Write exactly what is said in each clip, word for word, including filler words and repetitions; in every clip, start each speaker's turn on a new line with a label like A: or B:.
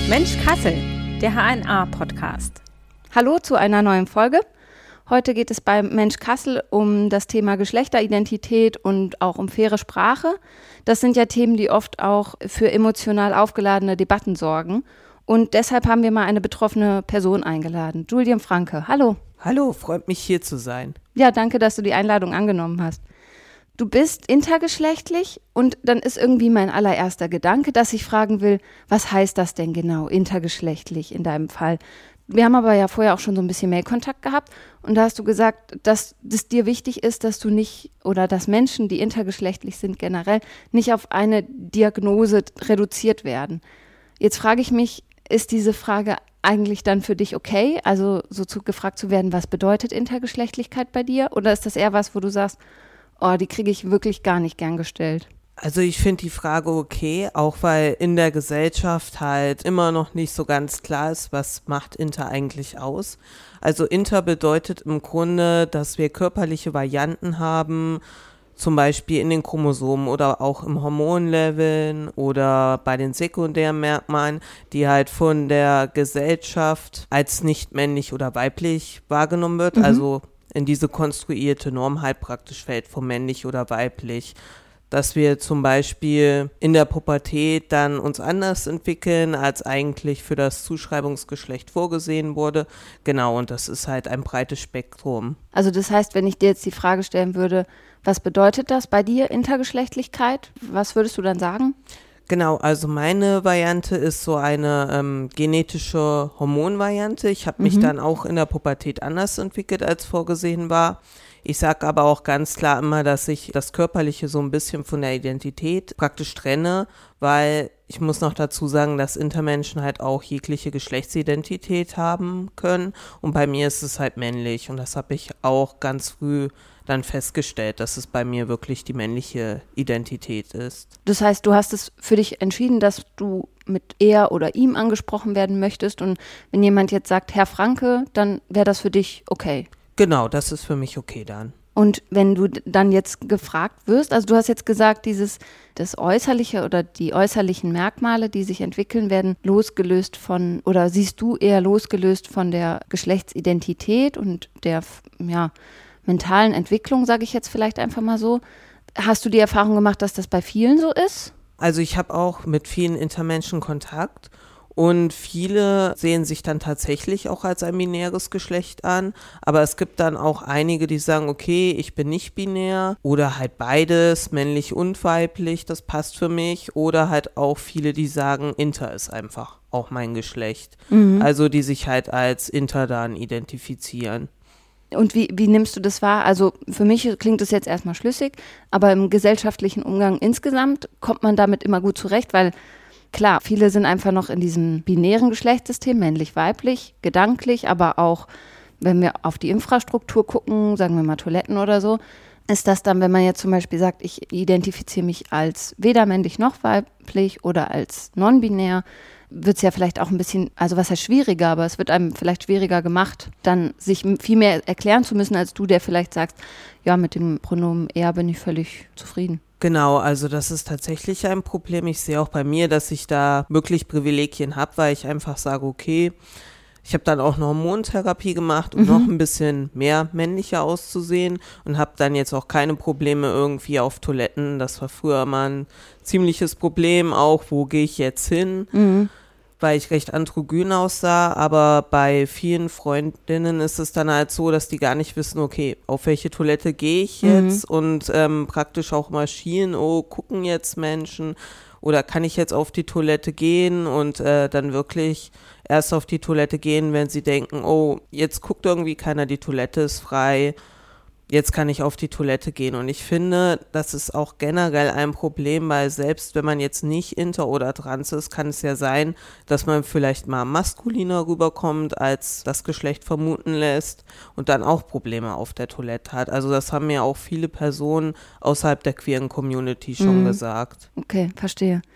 A: Mensch Kassel, der H N A-Podcast.
B: Hallo zu einer neuen Folge. Heute geht es bei Mensch Kassel um das Thema Geschlechteridentität und auch um faire Sprache. Das sind ja Themen, die oft auch für emotional aufgeladene Debatten sorgen. Und deshalb haben wir mal eine betroffene Person eingeladen, Julian Franke. Hallo.
C: Hallo, freut mich hier zu sein.
B: Ja, danke, dass du die Einladung angenommen hast. Du bist intergeschlechtlich und dann ist irgendwie mein allererster Gedanke, dass ich fragen will, was heißt das denn genau, intergeschlechtlich in deinem Fall? Wir haben aber ja vorher auch schon so ein bisschen Mailkontakt gehabt und da hast du gesagt, dass es dir wichtig ist, dass du nicht oder dass Menschen, die intergeschlechtlich sind generell, nicht auf eine Diagnose reduziert werden. Jetzt frage ich mich, ist diese Frage eigentlich dann für dich okay? Also so zu, gefragt zu werden, was bedeutet Intergeschlechtlichkeit bei dir? Oder ist das eher was, wo du sagst, oh, die kriege ich wirklich gar nicht gern gestellt?
C: Also ich finde die Frage okay, auch weil in der Gesellschaft halt immer noch nicht so ganz klar ist, was macht Inter eigentlich aus. Also Inter bedeutet im Grunde, dass wir körperliche Varianten haben, zum Beispiel in den Chromosomen oder auch im Hormonleveln oder bei den sekundären Merkmalen, die halt von der Gesellschaft als nicht männlich oder weiblich wahrgenommen wird, mhm. also in diese konstruierte Norm halt praktisch fällt von männlich oder weiblich. Dass wir zum Beispiel in der Pubertät dann uns anders entwickeln, als eigentlich für das Zuschreibungsgeschlecht vorgesehen wurde. Genau, und das ist halt ein breites Spektrum.
B: Also das heißt, wenn ich dir jetzt die Frage stellen würde, was bedeutet das bei dir, Intergeschlechtlichkeit? Was würdest du dann sagen?
C: Genau, also meine Variante ist so eine ähm, genetische Hormonvariante. Ich habe mich mhm. dann auch in der Pubertät anders entwickelt, als vorgesehen war. Ich sage aber auch ganz klar immer, dass ich das Körperliche so ein bisschen von der Identität praktisch trenne, weil ich muss noch dazu sagen, dass Intermenschen halt auch jegliche Geschlechtsidentität haben können und bei mir ist es halt männlich und das habe ich auch ganz früh dann festgestellt, dass es bei mir wirklich die männliche Identität ist.
B: Das heißt, du hast es für dich entschieden, dass du mit er oder ihm angesprochen werden möchtest und wenn jemand jetzt sagt, Herr Franke, dann wäre das für dich okay?
C: Genau, das ist für mich okay dann.
B: Und wenn du dann jetzt gefragt wirst, also du hast jetzt gesagt, dieses das Äußerliche oder die äußerlichen Merkmale, die sich entwickeln, werden losgelöst von, oder siehst du eher losgelöst von der Geschlechtsidentität und der, ja, mentalen Entwicklung, sage ich jetzt vielleicht einfach mal so. Hast du die Erfahrung gemacht, dass das bei vielen so ist?
C: Also ich habe auch mit vielen Intermenschen Kontakt. Und viele sehen sich dann tatsächlich auch als ein binäres Geschlecht an, aber es gibt dann auch einige, die sagen, okay, ich bin nicht binär oder halt beides, männlich und weiblich, das passt für mich. Oder halt auch viele, die sagen, Inter ist einfach auch mein Geschlecht. Mhm. Also die sich halt als Inter dann identifizieren.
B: Und wie, wie nimmst du das wahr? Also für mich klingt das jetzt erstmal schlüssig, aber im gesellschaftlichen Umgang insgesamt kommt man damit immer gut zurecht, weil klar, viele sind einfach noch in diesem binären Geschlechtssystem, männlich-weiblich, gedanklich, aber auch, wenn wir auf die Infrastruktur gucken, sagen wir mal Toiletten oder so, ist das dann, wenn man jetzt zum Beispiel sagt, ich identifiziere mich als weder männlich noch weiblich oder als non-binär, wird es ja vielleicht auch ein bisschen, also was heißt schwieriger, aber es wird einem vielleicht schwieriger gemacht, dann sich viel mehr erklären zu müssen, als du, der vielleicht sagst, ja, mit dem Pronomen er bin ich völlig zufrieden.
C: Genau, also das ist tatsächlich ein Problem. Ich sehe auch bei mir, dass ich da wirklich Privilegien habe, weil ich einfach sage, okay, ich habe dann auch eine Hormontherapie gemacht, um mhm. noch ein bisschen mehr männlicher auszusehen und habe dann jetzt auch keine Probleme irgendwie auf Toiletten. Das war früher mal ein ziemliches Problem auch, wo gehe ich jetzt hin, mhm. weil ich recht androgyn aussah, aber bei vielen Freundinnen ist es dann halt so, dass die gar nicht wissen, okay, auf welche Toilette gehe ich jetzt mhm. und ähm, praktisch auch mal schielen, oh, gucken jetzt Menschen oder kann ich jetzt auf die Toilette gehen und äh, dann wirklich erst auf die Toilette gehen, wenn sie denken, oh, jetzt guckt irgendwie keiner, die Toilette ist frei, jetzt kann ich auf die Toilette gehen. Und ich finde, das ist auch generell ein Problem, weil selbst wenn man jetzt nicht inter oder trans ist, kann es ja sein, dass man vielleicht mal maskuliner rüberkommt, als das Geschlecht vermuten lässt und dann auch Probleme auf der Toilette hat. Also das haben ja auch viele Personen außerhalb der queeren Community schon mhm. gesagt.
B: Okay, verstehe.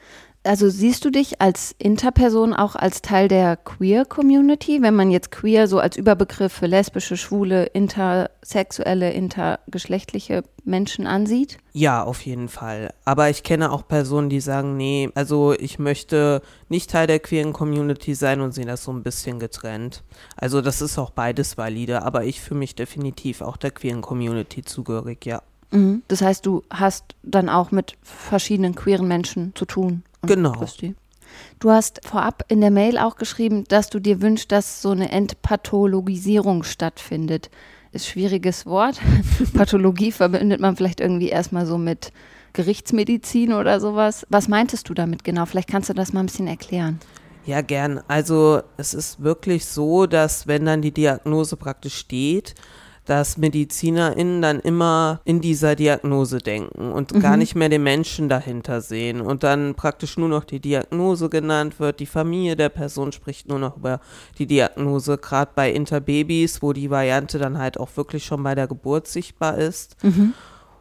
B: Also siehst du dich als Interperson auch als Teil der Queer-Community, wenn man jetzt queer so als Überbegriff für lesbische, schwule, intersexuelle, intergeschlechtliche Menschen ansieht?
C: Ja, auf jeden Fall. Aber ich kenne auch Personen, die sagen, nee, also ich möchte nicht Teil der queeren Community sein und sehen das so ein bisschen getrennt. Also das ist auch beides valide, aber ich fühle mich definitiv auch der queeren Community zugehörig, ja.
B: Mhm. Das heißt, du hast dann auch mit verschiedenen queeren Menschen zu tun.
C: Genau.
B: Du hast vorab in der Mail auch geschrieben, dass du dir wünschst, dass so eine Entpathologisierung stattfindet. Ist ein schwieriges Wort. Pathologie verbindet man vielleicht irgendwie erstmal so mit Gerichtsmedizin oder sowas. Was meintest du damit genau? Vielleicht kannst du das mal ein bisschen erklären.
C: Ja, gern. Also es ist wirklich so, dass wenn dann die Diagnose praktisch steht, dass MedizinerInnen dann immer in dieser Diagnose denken und mhm. gar nicht mehr den Menschen dahinter sehen und dann praktisch nur noch die Diagnose genannt wird, die Familie der Person spricht nur noch über die Diagnose, gerade bei Interbabys, wo die Variante dann halt auch wirklich schon bei der Geburt sichtbar ist. Mhm.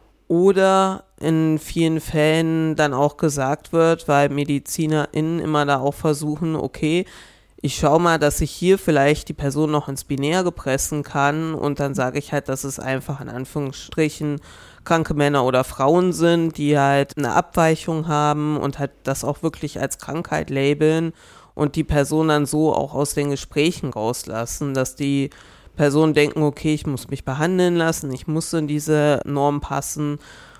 C: Oder in vielen Fällen dann auch gesagt wird, weil MedizinerInnen immer da auch versuchen, okay, ich schaue mal, dass ich hier vielleicht die Person noch ins Binäre pressen kann und dann sage ich halt, dass es einfach in Anführungsstrichen kranke Männer oder Frauen sind, die halt eine Abweichung haben und halt das auch wirklich als Krankheit labeln und die Person dann so auch aus den Gesprächen rauslassen, dass die Personen denken, okay, ich muss mich behandeln lassen, ich muss in diese Norm passen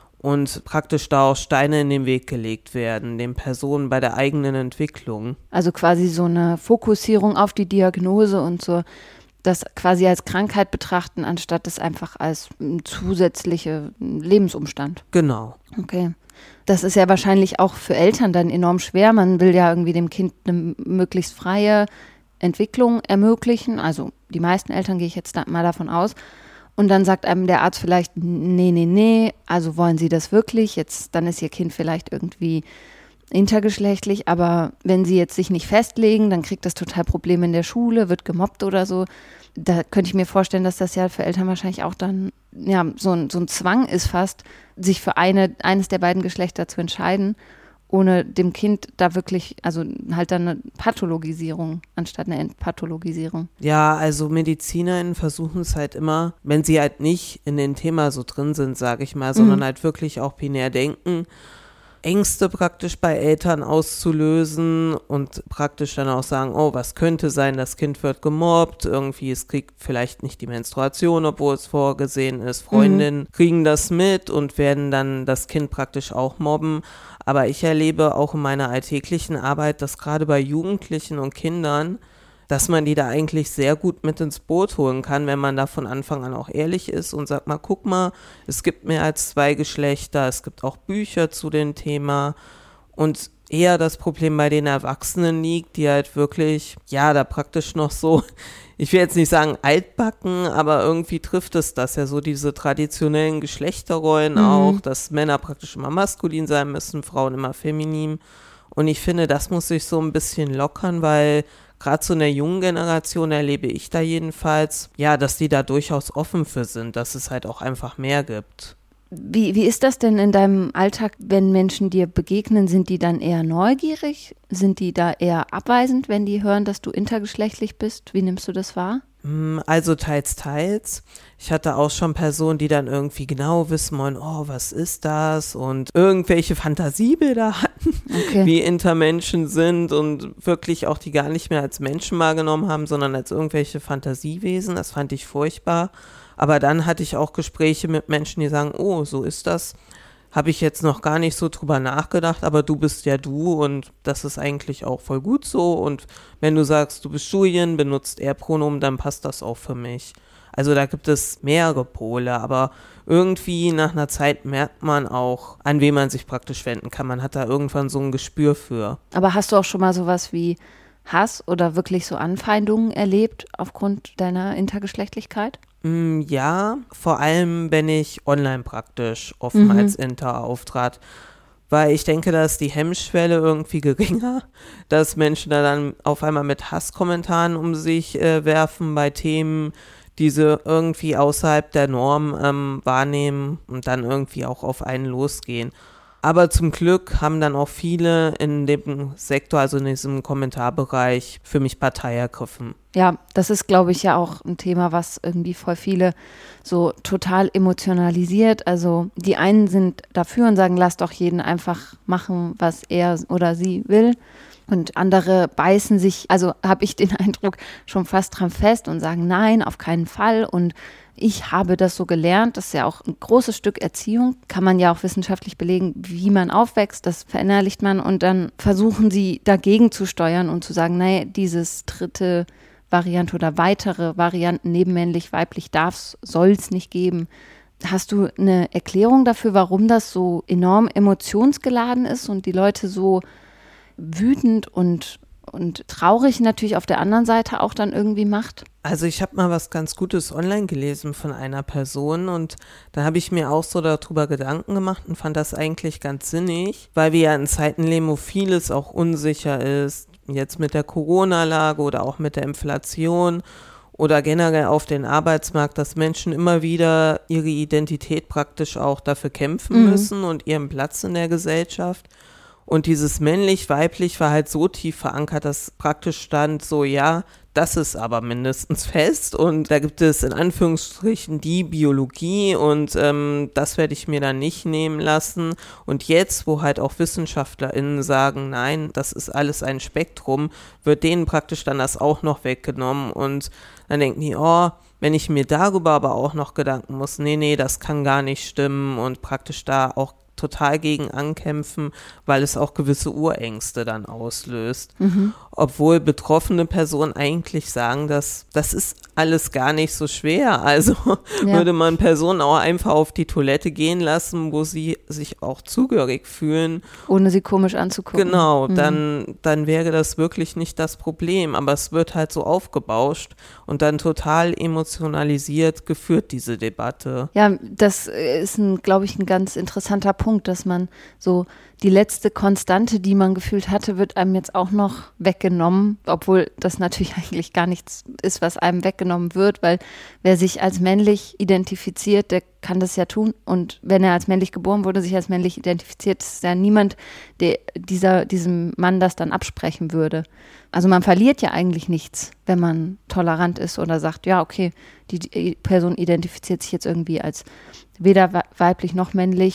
C: und praktisch da auch Steine in den Weg gelegt werden, den Personen bei der eigenen Entwicklung.
B: Also quasi so eine Fokussierung auf die Diagnose und so das quasi als Krankheit betrachten, anstatt es einfach als zusätzliche Lebensumstand.
C: Genau.
B: Okay. Das ist ja wahrscheinlich auch für Eltern dann enorm schwer. Man will ja irgendwie dem Kind eine möglichst freie Entwicklung ermöglichen. Also die meisten Eltern, gehe ich jetzt da mal davon aus. Und dann sagt einem der Arzt vielleicht, nee, nee, nee, also wollen Sie das wirklich? Jetzt, dann ist Ihr Kind vielleicht irgendwie intergeschlechtlich, aber wenn Sie jetzt sich nicht festlegen, dann kriegt das total Probleme in der Schule, wird gemobbt oder so. Da könnte ich mir vorstellen, dass das ja für Eltern wahrscheinlich auch dann ja so ein, so ein Zwang ist fast, sich für eine, eines der beiden Geschlechter zu entscheiden, ohne dem Kind da wirklich, also halt dann eine Pathologisierung anstatt eine Entpathologisierung.
C: Ja, also MedizinerInnen versuchen es halt immer, wenn sie halt nicht in dem Thema so drin sind, sage ich mal, sondern mhm. halt wirklich auch binär denken, Ängste praktisch bei Eltern auszulösen und praktisch dann auch sagen, oh, was könnte sein, das Kind wird gemobbt, irgendwie es kriegt vielleicht nicht die Menstruation, obwohl es vorgesehen ist, Freundinnen mhm. kriegen das mit und werden dann das Kind praktisch auch mobben. Aber ich erlebe auch in meiner alltäglichen Arbeit, dass gerade bei Jugendlichen und Kindern, dass man die da eigentlich sehr gut mit ins Boot holen kann, wenn man da von Anfang an auch ehrlich ist und sagt mal, guck mal, es gibt mehr als zwei Geschlechter, es gibt auch Bücher zu dem Thema und eher das Problem bei den Erwachsenen liegt, die halt wirklich, ja, da praktisch noch so, ich will jetzt nicht sagen altbacken, aber irgendwie trifft es das ja so, diese traditionellen Geschlechterrollen mhm. auch, dass Männer praktisch immer maskulin sein müssen, Frauen immer feminin und ich finde, das muss sich so ein bisschen lockern, weil gerade so in der jungen Generation erlebe ich da jedenfalls, ja, dass die da durchaus offen für sind, dass es halt auch einfach mehr gibt.
B: Wie, wie ist das denn in deinem Alltag, wenn Menschen dir begegnen? Sind die dann eher neugierig? Sind die da eher abweisend, wenn die hören, dass du intergeschlechtlich bist? Wie nimmst du das wahr?
C: Also teils, teils. Ich hatte auch schon Personen, die dann irgendwie genau wissen wollen, oh, was ist das? Und irgendwelche Fantasiebilder hatten, okay. wie Intermenschen sind und wirklich auch die gar nicht mehr als Menschen wahrgenommen haben, sondern als irgendwelche Fantasiewesen. Das fand ich furchtbar. Aber dann hatte ich auch Gespräche mit Menschen, die sagen, oh, so ist das. Habe ich jetzt noch gar nicht so drüber nachgedacht, aber du bist ja du und das ist eigentlich auch voll gut so. Und wenn du sagst, du bist Julian, benutzt Er-Pronomen, dann passt das auch für mich. Also da gibt es mehrere Pole, aber irgendwie nach einer Zeit merkt man auch, an wen man sich praktisch wenden kann. Man hat da irgendwann so ein Gespür für.
B: Aber hast du auch schon mal sowas wie Hass oder wirklich so Anfeindungen erlebt aufgrund deiner Intergeschlechtlichkeit?
C: Ja, vor allem, wenn ich online praktisch offen mhm. als Inter auftrat, weil ich denke, da ist die Hemmschwelle irgendwie geringer, dass Menschen da dann auf einmal mit Hasskommentaren um sich äh, werfen bei Themen, die sie irgendwie außerhalb der Norm ähm, wahrnehmen und dann irgendwie auch auf einen losgehen. Aber zum Glück haben dann auch viele in dem Sektor, also in diesem Kommentarbereich, für mich Partei ergriffen.
B: Ja, das ist, glaube ich, ja auch ein Thema, was irgendwie voll viele so total emotionalisiert. Also die einen sind dafür und sagen, lass doch jeden einfach machen, was er oder sie will. Und andere beißen sich, also habe ich den Eindruck, schon fast dran fest und sagen, nein, auf keinen Fall. Und ich habe das so gelernt, das ist ja auch ein großes Stück Erziehung, kann man ja auch wissenschaftlich belegen, wie man aufwächst, das verinnerlicht man. Und dann versuchen sie dagegen zu steuern und zu sagen, naja, dieses dritte Variante oder weitere Varianten neben männlich, weiblich darf soll es nicht geben. Hast du eine Erklärung dafür, warum das so enorm emotionsgeladen ist und die Leute so wütend und, und traurig natürlich auf der anderen Seite auch dann irgendwie macht?
C: Also ich habe mal was ganz Gutes online gelesen von einer Person und da habe ich mir auch so darüber Gedanken gemacht und fand das eigentlich ganz sinnig, weil wir ja in Zeiten leben, wo vieles auch unsicher ist, jetzt mit der Corona-Lage oder auch mit der Inflation oder generell auf den Arbeitsmarkt, dass Menschen immer wieder ihre Identität praktisch auch dafür kämpfen
B: Mhm.
C: müssen und ihren Platz in der Gesellschaft. Und dieses männlich-weiblich war halt so tief verankert, dass praktisch stand so, ja, das ist aber mindestens fest und da gibt es in Anführungsstrichen die Biologie und ähm, das werde ich mir dann nicht nehmen lassen. Und jetzt, wo halt auch WissenschaftlerInnen sagen, nein, das ist alles ein Spektrum, wird denen praktisch dann das auch noch weggenommen und dann denken die, oh, wenn ich mir darüber aber auch noch Gedanken muss, nee, nee, das kann gar nicht stimmen und praktisch da auch total gegen ankämpfen, weil es auch gewisse Urängste dann auslöst.
B: Mhm.
C: Obwohl betroffene Personen eigentlich sagen, dass das ist alles gar nicht so schwer. Also
B: Ja.
C: würde man Personen auch einfach auf die Toilette gehen lassen, wo sie sich auch zugehörig fühlen.
B: Ohne sie komisch anzugucken.
C: Genau,
B: Mhm.
C: dann, dann wäre das wirklich nicht das Problem. Aber es wird halt so aufgebauscht und dann total emotionalisiert geführt, diese Debatte.
B: Ja, das ist, ein, glaube ich, ein ganz interessanter Punkt, dass man so die letzte Konstante, die man gefühlt hatte, wird einem jetzt auch noch weggenommen, obwohl das natürlich eigentlich gar nichts ist, was einem weggenommen wird, weil wer sich als männlich identifiziert, der kann das ja tun und wenn er als männlich geboren wurde, sich als männlich identifiziert, ist ja niemand, der dieser, diesem Mann das dann absprechen würde. Also man verliert ja eigentlich nichts, wenn man tolerant ist oder sagt, ja, okay, die, die Person identifiziert sich jetzt irgendwie als weder weiblich noch männlich,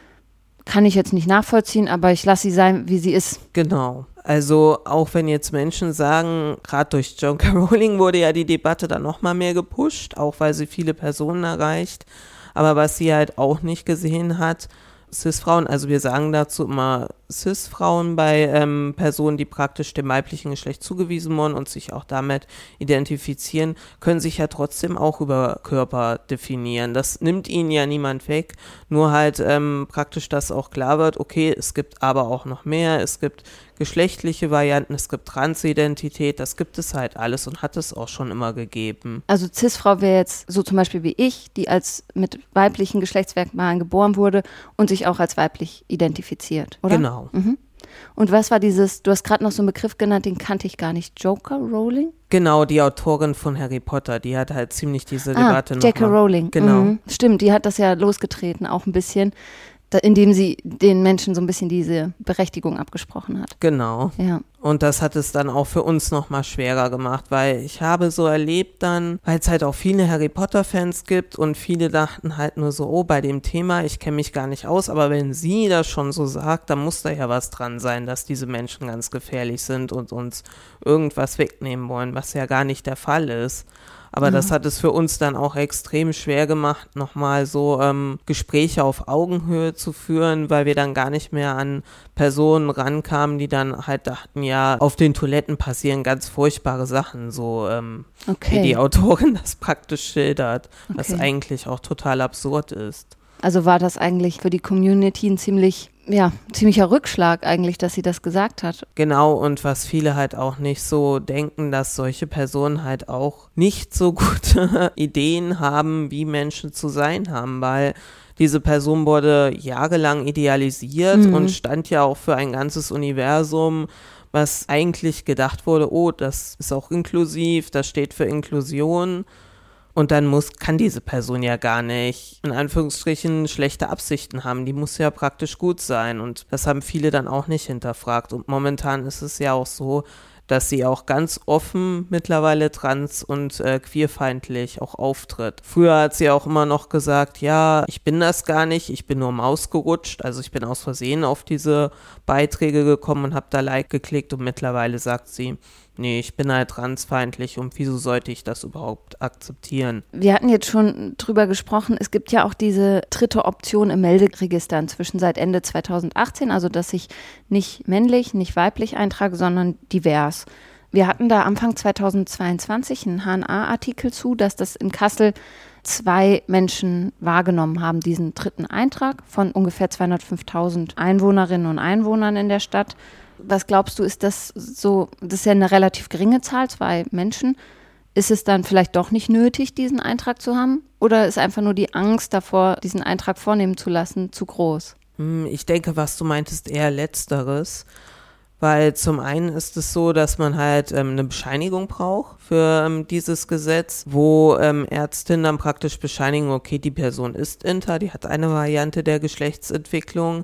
B: kann ich jetzt nicht nachvollziehen, aber ich lasse sie sein, wie sie ist.
C: Genau. Also auch wenn jetzt Menschen sagen, gerade durch J K Rowling wurde ja die Debatte dann nochmal mehr gepusht, auch weil sie viele Personen erreicht. Aber was sie halt auch nicht gesehen hat, Cis-Frauen, also wir sagen dazu immer Cis-Frauen bei ähm, Personen, die praktisch dem weiblichen Geschlecht zugewiesen wurden und sich auch damit identifizieren, können sich ja trotzdem auch über Körper definieren. Das nimmt ihnen ja niemand weg, nur halt ähm, praktisch, dass auch klar wird, okay, es gibt aber auch noch mehr, es gibt geschlechtliche Varianten, es gibt Transidentität, das gibt es halt alles und hat es auch schon immer gegeben.
B: Also Cis-Frau wäre jetzt so zum Beispiel wie ich, die als mit weiblichen Geschlechtsmerkmalen geboren wurde und sich auch als weiblich identifiziert, oder?
C: Genau.
B: Mhm. Und was war dieses, du hast gerade noch so einen Begriff genannt, den kannte ich gar nicht, J K Rowling?
C: Genau, die Autorin von Harry Potter, die hat halt ziemlich diese Debatte noch
B: J K
C: mal-
B: Rowling,
C: Genau.
B: Mhm. Stimmt, die hat das ja losgetreten, auch ein bisschen, da, indem sie den Menschen so ein bisschen diese Berechtigung abgesprochen hat.
C: Genau.
B: Ja.
C: Und das hat es dann auch für uns nochmal schwerer gemacht, weil ich habe so erlebt dann, weil es halt auch viele Harry Potter-Fans gibt und viele dachten halt nur so, oh, bei dem Thema, ich kenne mich gar nicht aus, aber wenn sie das schon so sagt, dann muss da ja was dran sein, dass diese Menschen ganz gefährlich sind und uns irgendwas wegnehmen wollen, was ja gar nicht der Fall ist. Aber
B: Ja.
C: das hat es für uns dann auch extrem schwer gemacht, nochmal so ähm, Gespräche auf Augenhöhe zu führen, weil wir dann gar nicht mehr an Personen rankamen, die dann halt dachten, ja, auf den Toiletten passieren ganz furchtbare Sachen, so ähm,
B: Okay.
C: wie die Autorin das praktisch schildert, was
B: Okay.
C: eigentlich auch total absurd ist.
B: Also war das eigentlich für die Community ein ziemlich, ja, ziemlicher Rückschlag eigentlich, dass sie das gesagt hat.
C: Genau, und was viele halt auch nicht so denken, dass solche Personen halt auch nicht so gute Ideen haben, wie Menschen zu sein haben, weil diese Person wurde jahrelang idealisiert
B: Mhm.
C: und stand ja auch für ein ganzes Universum, was eigentlich gedacht wurde, oh, das ist auch inklusiv, das steht für Inklusion. Und dann muss, kann diese Person ja gar nicht, in Anführungsstrichen, schlechte Absichten haben. Die muss ja praktisch gut sein. Und das haben viele dann auch nicht hinterfragt. Und momentan ist es ja auch so, dass sie auch ganz offen mittlerweile trans- und äh, queerfeindlich auch auftritt. Früher hat sie auch immer noch gesagt, ja, ich bin das gar nicht, ich bin nur Maus gerutscht. Also ich bin aus Versehen auf diese Beiträge gekommen und habe da Like geklickt und mittlerweile sagt sie, nee, ich bin halt transfeindlich und wieso sollte ich das überhaupt akzeptieren?
B: Wir hatten jetzt schon drüber gesprochen, es gibt ja auch diese dritte Option im Melderegister inzwischen seit Ende zweitausendachtzehn, also dass ich nicht männlich, nicht weiblich eintrage, sondern divers. Wir hatten da Anfang zweitausendzweiundzwanzig einen H N A-Artikel zu, dass das in Kassel zwei Menschen wahrgenommen haben, diesen dritten Eintrag von ungefähr zweihundertfünftausend Einwohnerinnen und Einwohnern in der Stadt. Was glaubst du, ist das so, das ist ja eine relativ geringe Zahl, zwei Menschen. Ist es dann vielleicht doch nicht nötig, diesen Eintrag zu haben? Oder ist einfach nur die Angst davor, diesen Eintrag vornehmen zu lassen, zu groß?
C: Ich denke, was du meintest, eher Letzteres. Weil zum einen ist es so, dass man halt ähm, eine Bescheinigung braucht für ähm, dieses Gesetz, wo ähm, Ärztinnen dann praktisch bescheinigen, okay, die Person ist inter, die hat eine Variante der Geschlechtsentwicklung.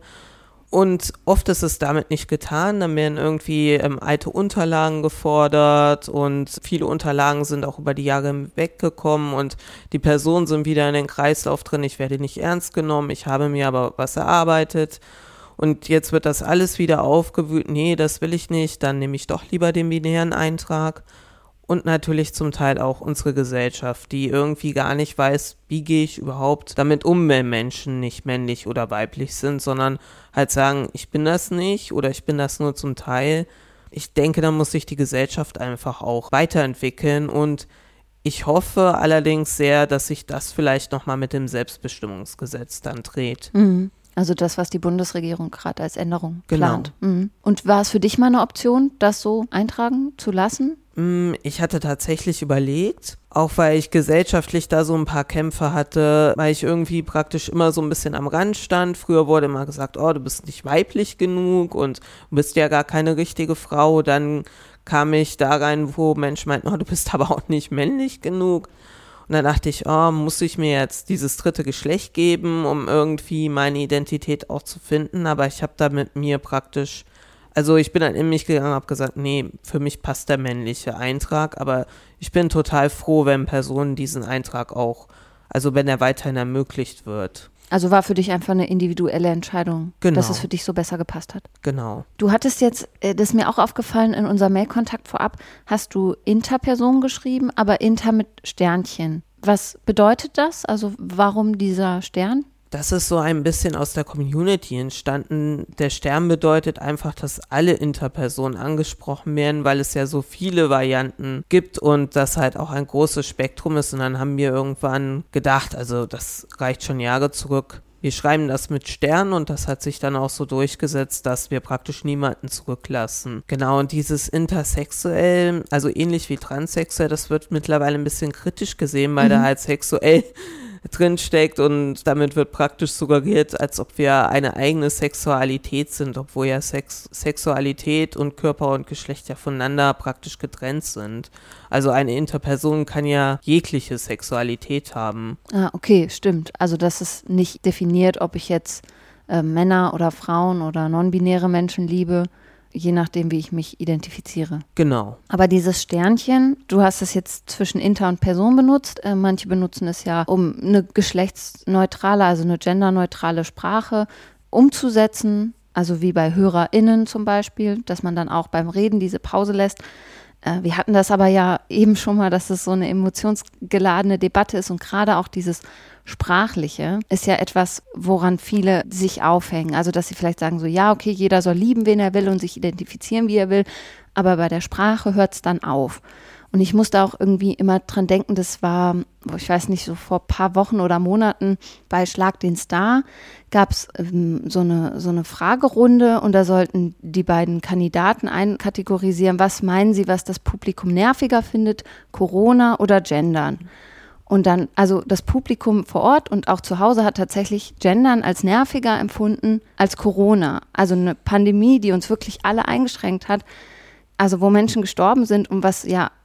C: Und oft ist es damit nicht getan, dann werden irgendwie ähm, alte Unterlagen gefordert und viele Unterlagen sind auch über die Jahre hinweggekommen und die Personen sind wieder in den Kreislauf drin, ich werde nicht ernst genommen, ich habe mir aber was erarbeitet und jetzt wird das alles wieder aufgewühlt, nee, das will ich nicht, dann nehme ich doch lieber den binären Eintrag. Und natürlich zum Teil auch unsere Gesellschaft, die irgendwie gar nicht weiß, wie gehe ich überhaupt damit um, wenn Menschen nicht männlich oder weiblich sind, sondern halt sagen, ich bin das nicht oder ich bin das nur zum Teil. Ich denke, da muss sich die Gesellschaft einfach auch weiterentwickeln und ich hoffe allerdings sehr, dass sich das vielleicht nochmal mit dem Selbstbestimmungsgesetz dann dreht.
B: Mhm. Also das, was die Bundesregierung gerade als Änderung
C: Genau.
B: plant. Mhm. Und war es für dich mal eine Option, das so eintragen zu lassen?
C: Ich hatte tatsächlich überlegt, auch weil ich gesellschaftlich da so ein paar Kämpfe hatte, weil ich irgendwie praktisch immer so ein bisschen am Rand stand. Früher wurde immer gesagt, oh, du bist nicht weiblich genug und du bist ja gar keine richtige Frau. Dann kam ich da rein, wo Menschen meinten, oh, du bist aber auch nicht männlich genug. Und dann dachte ich, oh, muss ich mir jetzt dieses dritte Geschlecht geben, um irgendwie meine Identität auch zu finden. Aber ich habe da mit mir praktisch... Also ich bin dann in mich gegangen und habe gesagt, nee, für mich passt der männliche Eintrag, aber ich bin total froh, wenn Personen diesen Eintrag auch, also wenn er weiterhin ermöglicht wird.
B: Also war für dich einfach eine individuelle Entscheidung,
C: Genau.
B: dass es für dich so besser gepasst hat.
C: Genau.
B: Du hattest jetzt, das ist mir auch aufgefallen, in unserem Mailkontakt vorab, hast du Interperson geschrieben, aber Inter mit Sternchen. Was bedeutet das? Also warum dieser Stern?
C: Das ist so ein bisschen aus der Community entstanden. Der Stern bedeutet einfach, dass alle Interpersonen angesprochen werden, weil es ja so viele Varianten gibt und das halt auch ein großes Spektrum ist. Und dann haben wir irgendwann gedacht, also das reicht schon Jahre zurück, wir schreiben das mit Stern und das hat sich dann auch so durchgesetzt, dass wir praktisch niemanden zurücklassen. Genau, und dieses intersexuell, also ähnlich wie transsexuell, das wird mittlerweile ein bisschen kritisch gesehen, weil mhm. da halt sexuell drin steckt und damit wird praktisch suggeriert, als ob wir eine eigene Sexualität sind, obwohl ja Sex, Sexualität und Körper und Geschlecht ja voneinander praktisch getrennt sind. Also eine Interperson kann ja jegliche Sexualität haben.
B: Ah, okay, stimmt. Also das ist nicht definiert, ob ich jetzt äh, Männer oder Frauen oder non-binäre Menschen liebe, je nachdem, wie ich mich identifiziere.
C: Genau.
B: Aber dieses Sternchen, du hast es jetzt zwischen Inter und Person benutzt. Äh, manche benutzen es ja, um eine geschlechtsneutrale, also eine genderneutrale Sprache umzusetzen. Also wie bei HörerInnen zum Beispiel, dass man dann auch beim Reden diese Pause lässt. Äh, wir hatten das aber ja eben schon mal, dass es so eine emotionsgeladene Debatte ist und gerade auch dieses Sprachliche ist ja etwas, woran viele sich aufhängen. Also, dass sie vielleicht sagen so, ja, okay, jeder soll lieben, wen er will und sich identifizieren, wie er will, aber bei der Sprache hört es dann auf. Und ich musste auch irgendwie immer dran denken, das war, ich weiß nicht, so vor ein paar Wochen oder Monaten bei Schlag den Star gab es ähm, so eine, so eine Fragerunde und da sollten die beiden Kandidaten einkategorisieren, was meinen sie, was das Publikum nerviger findet, Corona oder Gendern. Und dann, also das Publikum vor Ort und auch zu Hause hat tatsächlich Gendern als nerviger empfunden als Corona. Also eine Pandemie, die uns wirklich alle eingeschränkt hat. Also wo Menschen gestorben sind und was ja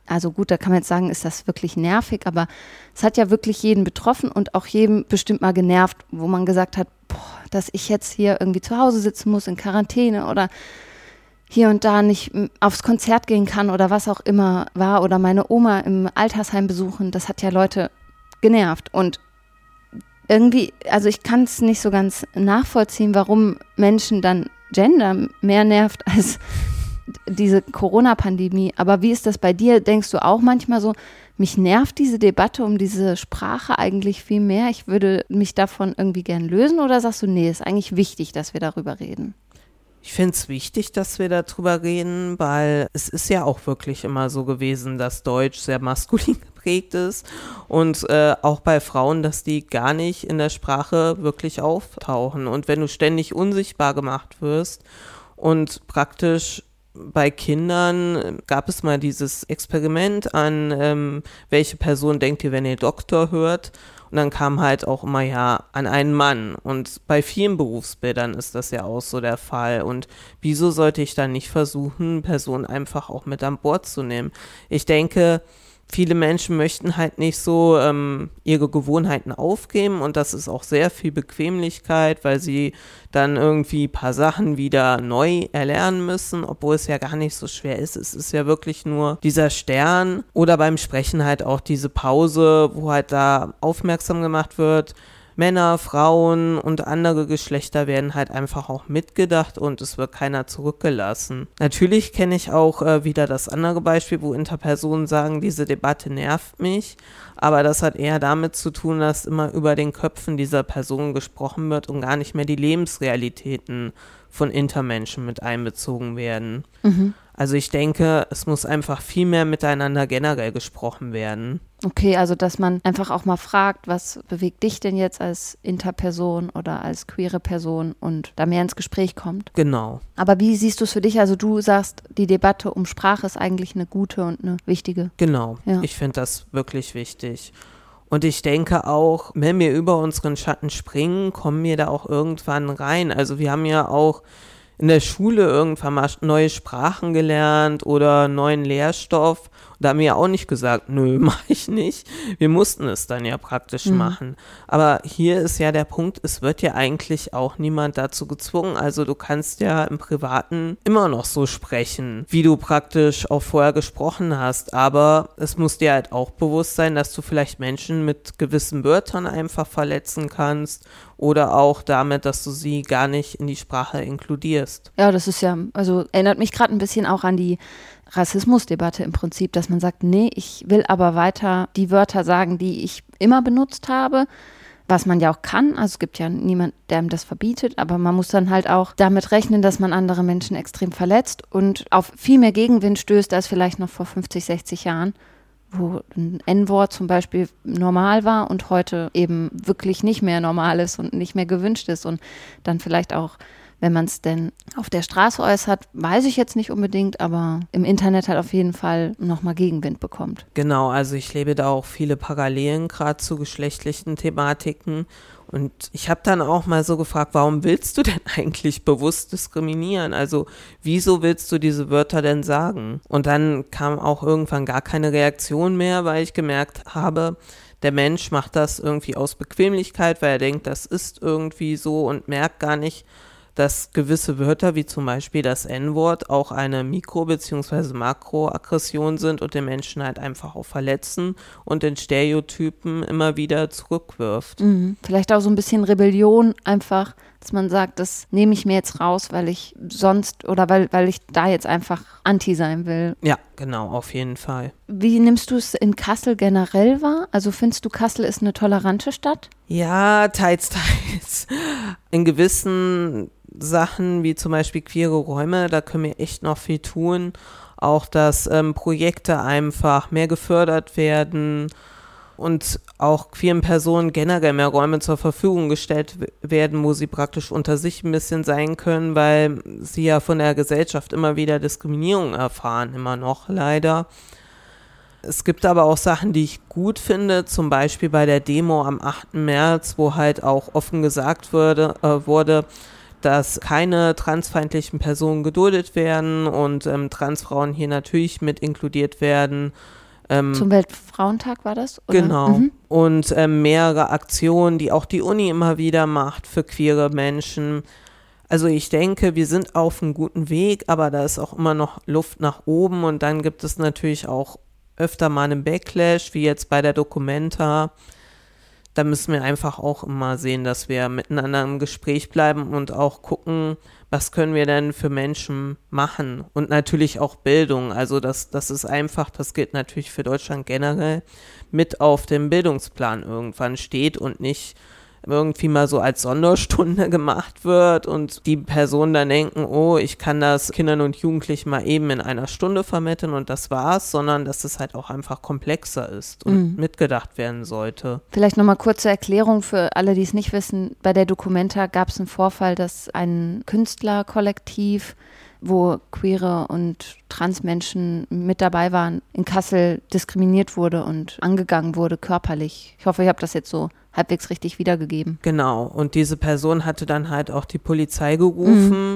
B: Also gut, da kann man jetzt sagen, ist das wirklich nervig, aber es hat ja wirklich jeden betroffen und auch jedem bestimmt mal genervt, wo man gesagt hat, boah, dass ich jetzt hier irgendwie zu Hause sitzen muss in Quarantäne oder hier und da nicht aufs Konzert gehen kann oder was auch immer war oder meine Oma im Altersheim besuchen, das hat ja Leute genervt. Und irgendwie, also ich kann es nicht so ganz nachvollziehen, warum Menschen dann Gender mehr nervt als diese Corona-Pandemie. Aber wie ist das bei dir? Denkst du auch manchmal so, mich nervt diese Debatte um diese Sprache eigentlich viel mehr? Ich würde mich davon irgendwie gern lösen oder sagst du, nee, ist eigentlich wichtig, dass wir darüber reden?
C: Ich finde es wichtig, dass wir darüber reden, weil es ist ja auch wirklich immer so gewesen, dass Deutsch sehr maskulin geprägt ist und äh, auch bei Frauen, dass die gar nicht in der Sprache wirklich auftauchen. Und wenn du ständig unsichtbar gemacht wirst und praktisch bei Kindern gab es mal dieses Experiment an, ähm, welche Person denkt ihr, wenn ihr Doktor hört? Und dann kam halt auch immer ja an einen Mann. Und bei vielen Berufsbildern ist das ja auch so der Fall. Und wieso sollte ich dann nicht versuchen, Personen einfach auch mit an Bord zu nehmen? Ich denke, viele Menschen möchten halt nicht so ähm, ihre Gewohnheiten aufgeben und das ist auch sehr viel Bequemlichkeit, weil sie dann irgendwie ein paar Sachen wieder neu erlernen müssen, obwohl es ja gar nicht so schwer ist. Es ist ja wirklich nur dieser Stern oder beim Sprechen halt auch diese Pause, wo halt da aufmerksam gemacht wird, Männer, Frauen und andere Geschlechter werden halt einfach auch mitgedacht und es wird keiner zurückgelassen. Natürlich kenne ich auch äh, wieder das andere Beispiel, wo Interpersonen sagen, diese Debatte nervt mich, aber das hat eher damit zu tun, dass immer über den Köpfen dieser Personen gesprochen wird und gar nicht mehr die Lebensrealitäten von Intermenschen mit einbezogen werden. Mhm. Also ich denke, es muss einfach viel mehr miteinander generell gesprochen werden.
B: Okay, also dass man einfach auch mal fragt, was bewegt dich denn jetzt als Interperson oder als queere Person und da mehr ins Gespräch kommt.
C: Genau.
B: Aber wie siehst du es für dich? Also du sagst, die Debatte um Sprache ist eigentlich eine gute und eine wichtige.
C: Genau,
B: ja.
C: Ich finde das wirklich wichtig. Und ich denke auch, wenn wir über unseren Schatten springen, kommen wir da auch irgendwann rein. Also wir haben ja auch in der Schule irgendwann mal neue Sprachen gelernt oder neuen Lehrstoff. Da haben wir ja auch nicht gesagt, nö, mach ich nicht. Wir mussten es dann ja praktisch mhm. machen. Aber hier ist ja der Punkt, es wird ja eigentlich auch niemand dazu gezwungen. Also du kannst ja im Privaten immer noch so sprechen, wie du praktisch auch vorher gesprochen hast. Aber es muss dir halt auch bewusst sein, dass du vielleicht Menschen mit gewissen Wörtern einfach verletzen kannst oder auch damit, dass du sie gar nicht in die Sprache inkludierst.
B: Ja, das ist ja, also erinnert mich gerade ein bisschen auch an die Rassismusdebatte im Prinzip, dass man sagt, nee, ich will aber weiter die Wörter sagen, die ich immer benutzt habe, was man ja auch kann. Also es gibt ja niemand, der einem das verbietet, aber man muss dann halt auch damit rechnen, dass man andere Menschen extrem verletzt und auf viel mehr Gegenwind stößt als vielleicht noch vor fünfzig, sechzig Jahren, wo ein En-Wort zum Beispiel normal war und heute eben wirklich nicht mehr normal ist und nicht mehr gewünscht ist und dann vielleicht auch, wenn man es denn auf der Straße äußert, weiß ich jetzt nicht unbedingt, aber im Internet halt auf jeden Fall nochmal Gegenwind bekommt.
C: Genau, also ich lebe da auch viele Parallelen gerade zu geschlechtlichen Thematiken und ich habe dann auch mal so gefragt, warum willst du denn eigentlich bewusst diskriminieren? Also wieso willst du diese Wörter denn sagen? Und dann kam auch irgendwann gar keine Reaktion mehr, weil ich gemerkt habe, der Mensch macht das irgendwie aus Bequemlichkeit, weil er denkt, das ist irgendwie so und merkt gar nicht, dass gewisse Wörter wie zum Beispiel das En-Wort auch eine Mikro- bzw. Makroaggression sind und den Menschen halt einfach auch verletzen und in Stereotypen immer wieder zurückwirft.
B: Mhm. Vielleicht auch so ein bisschen Rebellion einfach, dass man sagt, das nehme ich mir jetzt raus, weil ich sonst oder weil, weil ich da jetzt einfach anti sein will.
C: Ja, genau, auf jeden Fall.
B: Wie nimmst du es in Kassel generell wahr? Also findest du, Kassel ist eine tolerante Stadt?
C: Ja, teils, teils. In gewissen Sachen, wie zum Beispiel queere Räume, da können wir echt noch viel tun. Auch, dass ähm, Projekte einfach mehr gefördert werden und auch queeren Personen generell mehr Räume zur Verfügung gestellt w- werden, wo sie praktisch unter sich ein bisschen sein können, weil sie ja von der Gesellschaft immer wieder Diskriminierung erfahren, immer noch leider. Es gibt aber auch Sachen, die ich gut finde, zum Beispiel bei der Demo am achten März, wo halt auch offen gesagt wurde, äh, wurde, dass keine transfeindlichen Personen geduldet werden und ähm, Transfrauen hier natürlich mit inkludiert werden. Ähm,
B: Zum Weltfrauentag war das? Oder?
C: Genau. Mhm. Und ähm, mehrere Aktionen, die auch die Uni immer wieder macht für queere Menschen. Also ich denke, wir sind auf einem guten Weg, aber da ist auch immer noch Luft nach oben und dann gibt es natürlich auch öfter mal einen Backlash, wie jetzt bei der Documenta. Da müssen wir einfach auch immer sehen, dass wir miteinander im Gespräch bleiben und auch gucken, was können wir denn für Menschen machen und natürlich auch Bildung. Also das, das ist einfach, das gilt natürlich für Deutschland generell, mit auf dem Bildungsplan irgendwann steht und nicht irgendwie mal so als Sonderstunde gemacht wird und die Personen dann denken, oh, ich kann das Kindern und Jugendlichen mal eben in einer Stunde vermitteln und das war's, sondern dass es halt auch einfach komplexer ist und mhm. mitgedacht werden sollte.
B: Vielleicht nochmal kurze Erklärung für alle, die es nicht wissen. Bei der Documenta gab es einen Vorfall, dass ein Künstlerkollektiv, wo queere und Transmenschen mit dabei waren, in Kassel diskriminiert wurde und angegangen wurde körperlich. Ich hoffe, ich habe das jetzt so halbwegs richtig wiedergegeben.
C: Genau, und diese Person hatte dann halt auch die Polizei gerufen mhm.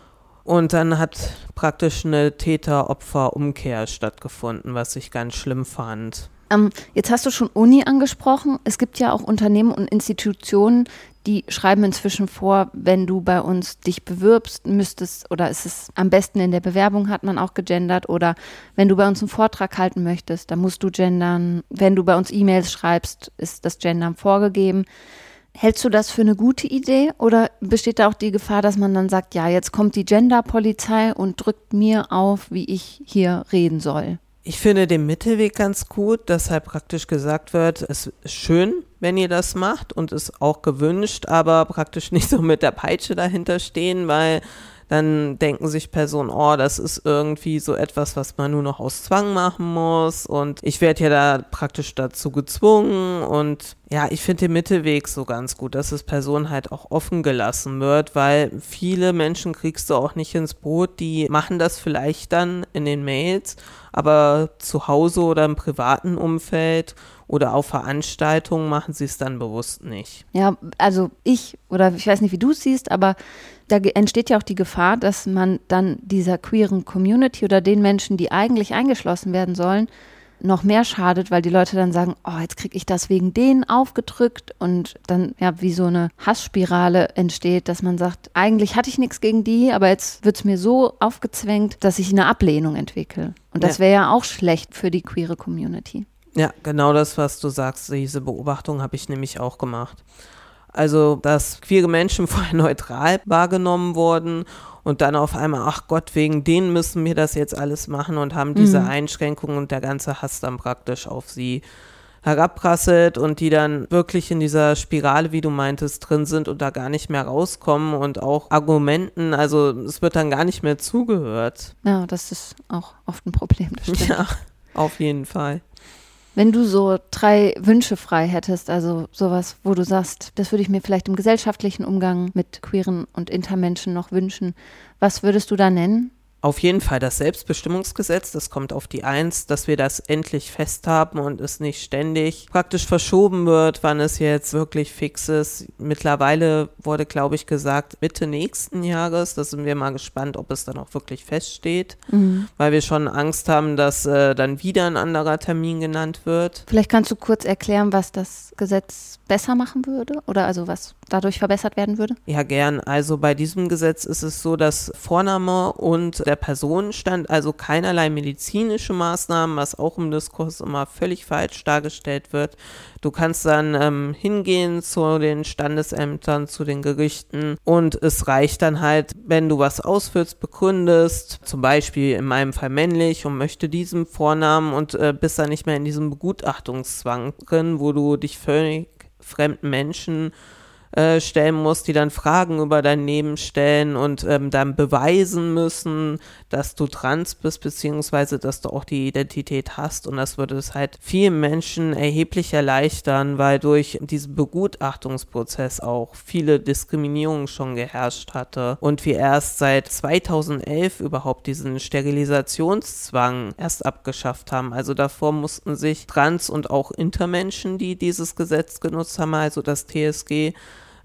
C: und dann hat praktisch eine Täter-Opfer-Umkehr stattgefunden, was ich ganz schlimm fand.
B: Ähm, jetzt hast du schon Uni angesprochen. Es gibt ja auch Unternehmen und Institutionen, die schreiben inzwischen vor, wenn du bei uns dich bewirbst, müsstest, oder ist es am besten in der Bewerbung, hat man auch gegendert, oder wenn du bei uns einen Vortrag halten möchtest, dann musst du gendern. Wenn du bei uns E-Mails schreibst, ist das Gendern vorgegeben. Hältst du das für eine gute Idee oder besteht da auch die Gefahr, dass man dann sagt, ja, jetzt kommt die Genderpolizei und drückt mir auf, wie ich hier reden soll?
C: Ich finde den Mittelweg ganz gut, dass halt praktisch gesagt wird, es ist schön, wenn ihr das macht und ist auch gewünscht, aber praktisch nicht so mit der Peitsche dahinter stehen, weil dann denken sich Personen, oh, das ist irgendwie so etwas, was man nur noch aus Zwang machen muss und ich werde ja da praktisch dazu gezwungen und ja, ich finde den Mittelweg so ganz gut, dass es Personen halt auch offen gelassen wird, weil viele Menschen kriegst du auch nicht ins Boot, die machen das vielleicht dann in den Mails, aber zu Hause oder im privaten Umfeld oder auf Veranstaltungen machen sie es dann bewusst nicht.
B: Ja, also ich, oder ich weiß nicht, wie du es siehst, aber da entsteht ja auch die Gefahr, dass man dann dieser queeren Community oder den Menschen, die eigentlich eingeschlossen werden sollen, noch mehr schadet, weil die Leute dann sagen, oh, jetzt kriege ich das wegen denen aufgedrückt und dann ja wie so eine Hassspirale entsteht, dass man sagt, eigentlich hatte ich nichts gegen die, aber jetzt wird es mir so aufgezwängt, dass ich eine Ablehnung entwickle. Und das wäre ja auch schlecht für die queere Community.
C: Ja, genau das, was du sagst, diese Beobachtung habe ich nämlich auch gemacht. Also, dass queere Menschen vorher neutral wahrgenommen wurden und dann auf einmal, ach Gott, wegen denen müssen wir das jetzt alles machen und haben diese mhm. Einschränkungen und der ganze Hass dann praktisch auf sie herabprasselt und die dann wirklich in dieser Spirale, wie du meintest, drin sind und da gar nicht mehr rauskommen und auch Argumenten, also es wird dann gar nicht mehr zugehört.
B: Ja, das ist auch oft ein Problem, das stimmt.
C: Ja, auf jeden Fall.
B: Wenn du so drei Wünsche frei hättest, also sowas, wo du sagst, das würde ich mir vielleicht im gesellschaftlichen Umgang mit queeren und Intermenschen noch wünschen, was würdest du da nennen?
C: Auf jeden Fall das Selbstbestimmungsgesetz, das kommt auf die Eins, dass wir das endlich fest haben und es nicht ständig praktisch verschoben wird, wann es jetzt wirklich fix ist. Mittlerweile wurde, glaube ich, gesagt, Mitte nächsten Jahres, da sind wir mal gespannt, ob es dann auch wirklich feststeht, mhm. weil wir schon Angst haben, dass äh, dann wieder ein anderer Termin genannt wird.
B: Vielleicht kannst du kurz erklären, was das Gesetz besser machen würde oder also was dadurch verbessert werden würde?
C: Ja, gern. Also bei diesem Gesetz ist es so, dass Vorname und der Personenstand, also keinerlei medizinische Maßnahmen, was auch im Diskurs immer völlig falsch dargestellt wird. Du kannst dann ähm, hingehen zu den Standesämtern, zu den Gerichten und es reicht dann halt, wenn du was ausführst, begründest, zum Beispiel in meinem Fall männlich und möchte diesen Vornamen und äh, bist dann nicht mehr in diesem Begutachtungszwang drin, wo du dich völlig fremden Menschen Äh, stellen musst, die dann Fragen über dein Leben stellen und ähm, dann beweisen müssen, dass du trans bist, beziehungsweise dass du auch die Identität hast und das würde es halt vielen Menschen erheblich erleichtern, weil durch diesen Begutachtungsprozess auch viele Diskriminierungen schon geherrscht hatte und wir erst seit zweitausendelf überhaupt diesen Sterilisationszwang erst abgeschafft haben. Also davor mussten sich Trans- und auch Intermenschen, die dieses Gesetz genutzt haben, also das T S G,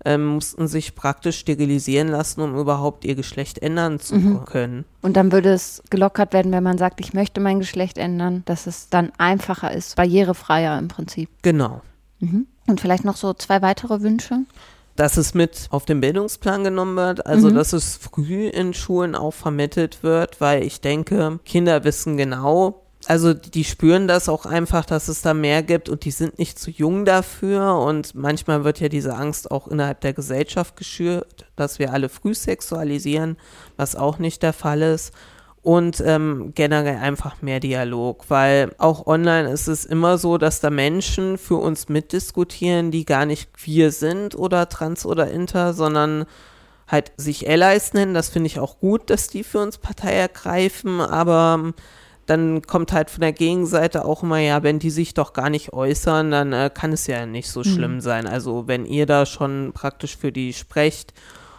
C: ähm, mussten sich praktisch sterilisieren lassen, um überhaupt ihr Geschlecht ändern zu mhm. können.
B: Und dann würde es gelockert werden, wenn man sagt, ich möchte mein Geschlecht ändern, dass es dann einfacher ist, barrierefreier im Prinzip.
C: Genau.
B: Mhm. Und vielleicht noch so zwei weitere Wünsche?
C: Dass es mit auf den Bildungsplan genommen wird, also
B: Mhm.
C: dass es früh in Schulen auch vermittelt wird, weil ich denke, Kinder wissen genau, also die spüren das auch einfach, dass es da mehr gibt und die sind nicht zu jung dafür und manchmal wird ja diese Angst auch innerhalb der Gesellschaft geschürt, dass wir alle früh sexualisieren, was auch nicht der Fall ist. Und ähm, generell einfach mehr Dialog, weil auch online ist es immer so, dass da Menschen für uns mitdiskutieren, die gar nicht queer sind oder trans oder inter, sondern halt sich Allies nennen. Das finde ich auch gut, dass die für uns Partei ergreifen, aber ähm, dann kommt halt von der Gegenseite auch immer, ja, wenn die sich doch gar nicht äußern, dann äh, kann es ja nicht so mhm. schlimm sein. Also wenn ihr da schon praktisch für die sprecht,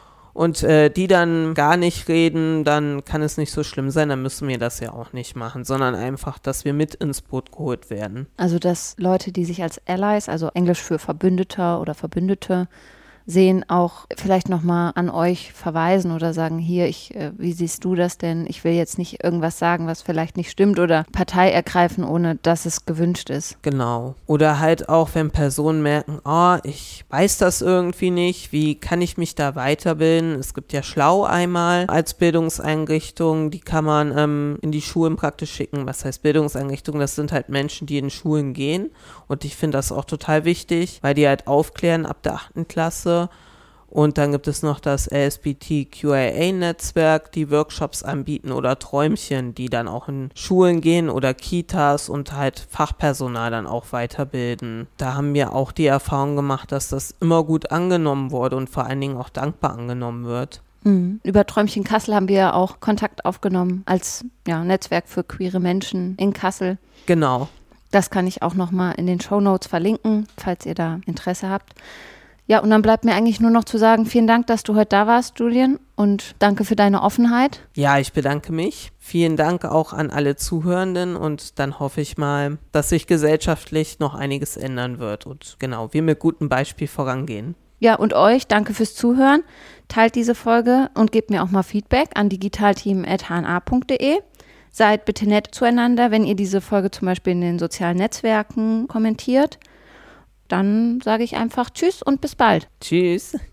C: und äh, die dann gar nicht reden, dann kann es nicht so schlimm sein, dann müssen wir das ja auch nicht machen, sondern einfach, dass wir mit ins Boot geholt werden.
B: Also dass Leute, die sich als Allies, also Englisch für Verbündeter oder Verbündete sehen, auch vielleicht nochmal an euch verweisen oder sagen, hier, ich, äh, wie siehst du das denn? Ich will jetzt nicht irgendwas sagen, was vielleicht nicht stimmt oder Partei ergreifen, ohne dass es gewünscht ist.
C: Genau. Oder halt auch, wenn Personen merken, oh, ich weiß das irgendwie nicht, wie kann ich mich da weiterbilden? Es gibt ja Schlau einmal als Bildungseinrichtung, die kann man ähm, in die Schulen praktisch schicken. Was heißt Bildungseinrichtung? Das sind halt Menschen, die in Schulen gehen und ich finde das auch total wichtig, weil die halt aufklären ab der achten Klasse. Und dann gibt es noch das L S B T Q I A-Netzwerk, die Workshops anbieten oder Träumchen, die dann auch in Schulen gehen oder Kitas und halt Fachpersonal dann auch weiterbilden. Da haben wir auch die Erfahrung gemacht, dass das immer gut angenommen wurde und vor allen Dingen auch dankbar angenommen wird.
B: Mhm. Über Träumchen Kassel haben wir ja auch Kontakt aufgenommen als ja, Netzwerk für queere Menschen in Kassel.
C: Genau.
B: Das kann ich auch nochmal in den Shownotes verlinken, falls ihr da Interesse habt. Ja, und dann bleibt mir eigentlich nur noch zu sagen, vielen Dank, dass du heute da warst, Julian, und danke für deine Offenheit.
C: Ja, ich bedanke mich. Vielen Dank auch an alle Zuhörenden und dann hoffe ich mal, dass sich gesellschaftlich noch einiges ändern wird und genau, wir mit gutem Beispiel vorangehen.
B: Ja, und euch, danke fürs Zuhören. Teilt diese Folge und gebt mir auch mal Feedback an digitalteam at h n a punkt d e. Seid bitte nett zueinander, wenn ihr diese Folge zum Beispiel in den sozialen Netzwerken kommentiert. Dann sage ich einfach Tschüss und bis bald.
C: Tschüss.